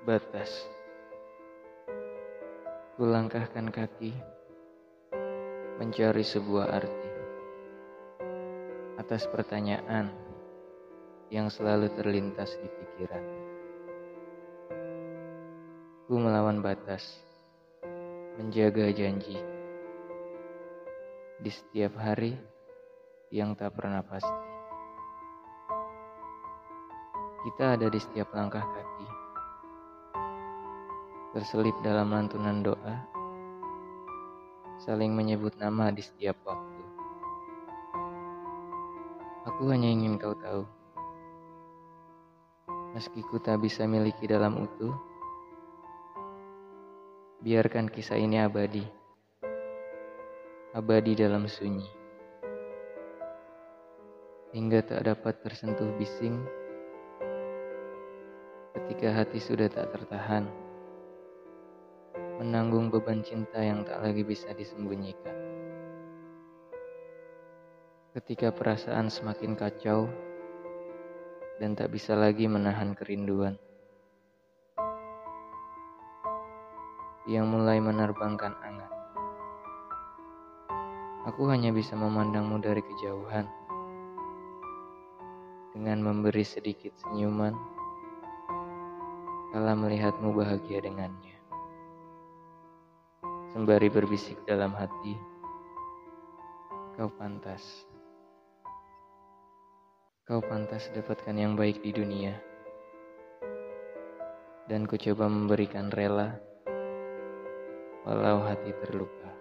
Batas. Kulangkahkan kaki mencari sebuah arti atas pertanyaan yang selalu terlintas di pikiran. Ku melawan batas, menjaga janji di setiap hari yang tak pernah pasti. Kita ada di setiap langkah kaki, terselip dalam lantunan doa, saling menyebut nama di setiap waktu. Aku hanya ingin kau tahu, meski ku tak bisa miliki dalam utuh, biarkan kisah ini abadi dalam sunyi, hingga tak dapat tersentuh bising ketika hati sudah tak tertahan, menanggung beban cinta yang tak lagi bisa disembunyikan. Ketika perasaan semakin kacau dan tak bisa lagi menahan kerinduan yang mulai menerbangkan angan. Aku hanya bisa memandangmu dari kejauhan dengan memberi sedikit senyuman kala melihatmu bahagia dengannya. Sembari berbisik dalam hati, kau pantas dapatkan yang baik di dunia. Dan ku coba memberikan rela walau hati terluka.